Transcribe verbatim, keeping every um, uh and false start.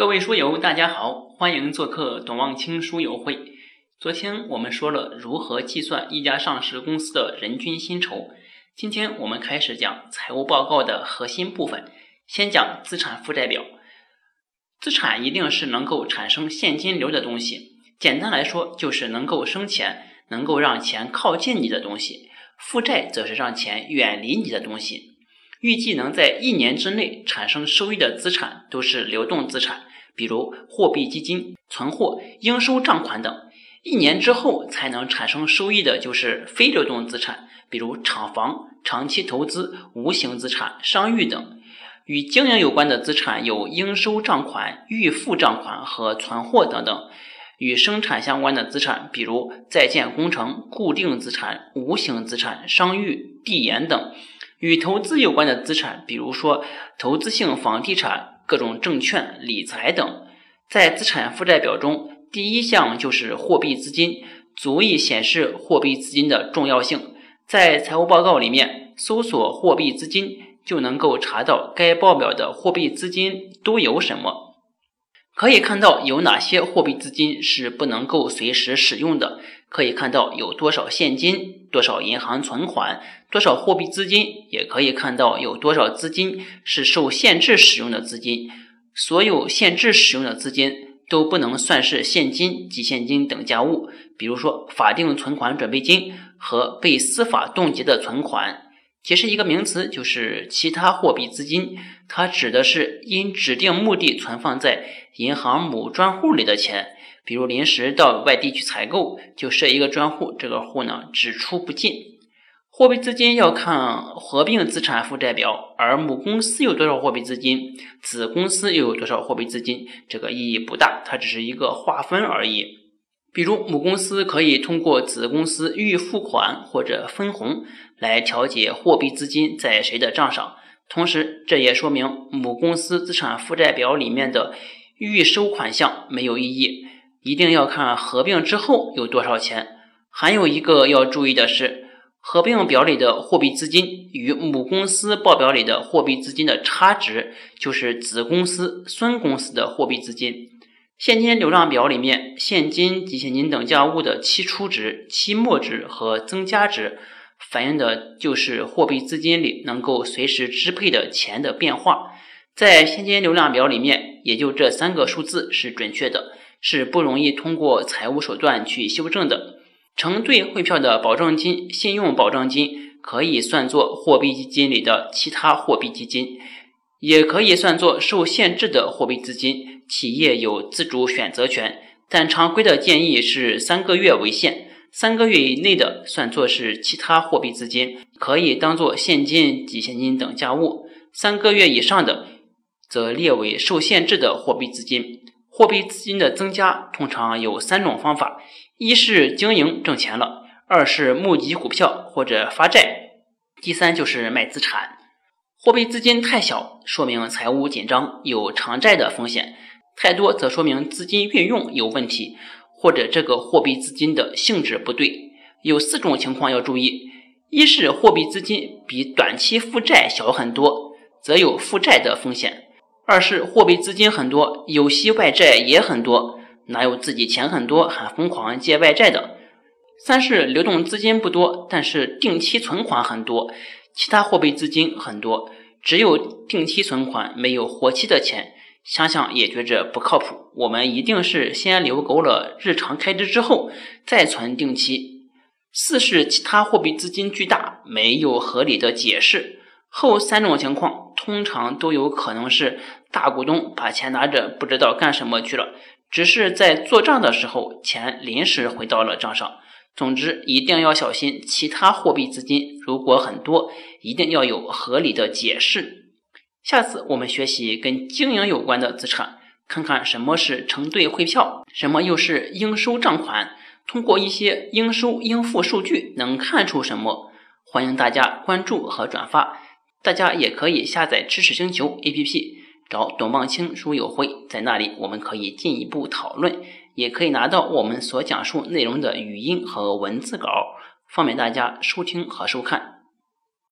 各位书友大家好，欢迎做客董望清书友会。昨天我们说了如何计算一家上市公司的人均薪酬，今天我们开始讲财务报告的核心部分，先讲资产负债表。资产一定是能够产生现金流的东西，简单来说就是能够生钱，能够让钱靠近你的东西。负债则是让钱远离你的东西。预计能在一年之内产生收益的资产都是流动资产，比如货币基金、存货、应收账款等。一年之后才能产生收益的就是非流动资产，比如厂房、长期投资、无形资产、商誉等。与经营有关的资产有应收账款、预付账款和存货等等。与生产相关的资产，比如在建工程、固定资产、无形资产、商誉、递延等。与投资有关的资产，比如说投资性房地产、各种证券、理财等。在资产负债表中，第一项就是货币资金，足以显示货币资金的重要性。在财务报告里面搜索货币资金，就能够查到该报表的货币资金都有什么。可以看到有哪些货币资金是不能够随时使用的，可以看到有多少现金、多少银行存款、多少货币资金，也可以看到有多少资金是受限制使用的资金。所有限制使用的资金都不能算是现金及现金等价物，比如说法定存款准备金和被司法冻结的存款。解释一个名词，就是其他货币资金，它指的是因指定目的存放在银行母专户里的钱，比如临时到外地去采购，就设一个专户，这个户呢只出不进。货币资金要看合并资产负债表，而母公司有多少货币资金，子公司又有多少货币资金，这个意义不大，它只是一个划分而已。比如母公司可以通过子公司预付款或者分红来调节货币资金在谁的账上，同时这也说明母公司资产负债表里面的预收款项没有意义，一定要看合并之后有多少钱。还有一个要注意的是，合并表里的货币资金与母公司报表里的货币资金的差值，就是子公司、孙公司的货币资金。现金流量表里面，现金及现金等价物的期初值、期末值和增加值，反映的就是货币资金里能够随时支配的钱的变化。在现金流量表里面，也就这三个数字是准确的，是不容易通过财务手段去修正的。承兑汇票的保证金、信用保证金可以算作货币基金里的其他货币基金，也可以算作受限制的货币资金，企业有自主选择权，但常规的建议是三个月为限，三个月以内的算作是其他货币资金，可以当作现金及现金等价物，三个月以上的则列为受限制的货币资金。货币资金的增加通常有三种方法，一是经营挣钱了，二是募集股票或者发债，第三就是卖资产。货币资金太小，说明财务紧张，有偿债的风险；太多则说明资金运用有问题，或者这个货币资金的性质不对。有四种情况要注意：一是货币资金比短期负债小很多，则有负债的风险；二是货币资金很多，有息外债也很多，哪有自己钱很多还疯狂借外债的；三是流动资金不多，但是定期存款很多，其他货币资金很多，只有定期存款没有活期的钱，想想也觉着不靠谱。我们一定是先留够了日常开支之后再存定期。四是其他货币资金巨大，没有合理的解释。后三种情况通常都有可能是大股东把钱拿着不知道干什么去了，只是在做账的时候钱临时回到了账上。总之一定要小心，其他货币资金如果很多，一定要有合理的解释。下次我们学习跟经营有关的资产，看看什么是承兑汇票，什么又是应收账款，通过一些应收应付数据能看出什么。欢迎大家关注和转发，大家也可以下载知识星球 A P P， 找董望清书友会，在那里我们可以进一步讨论，也可以拿到我们所讲述内容的语音和文字稿，方便大家收听和收看。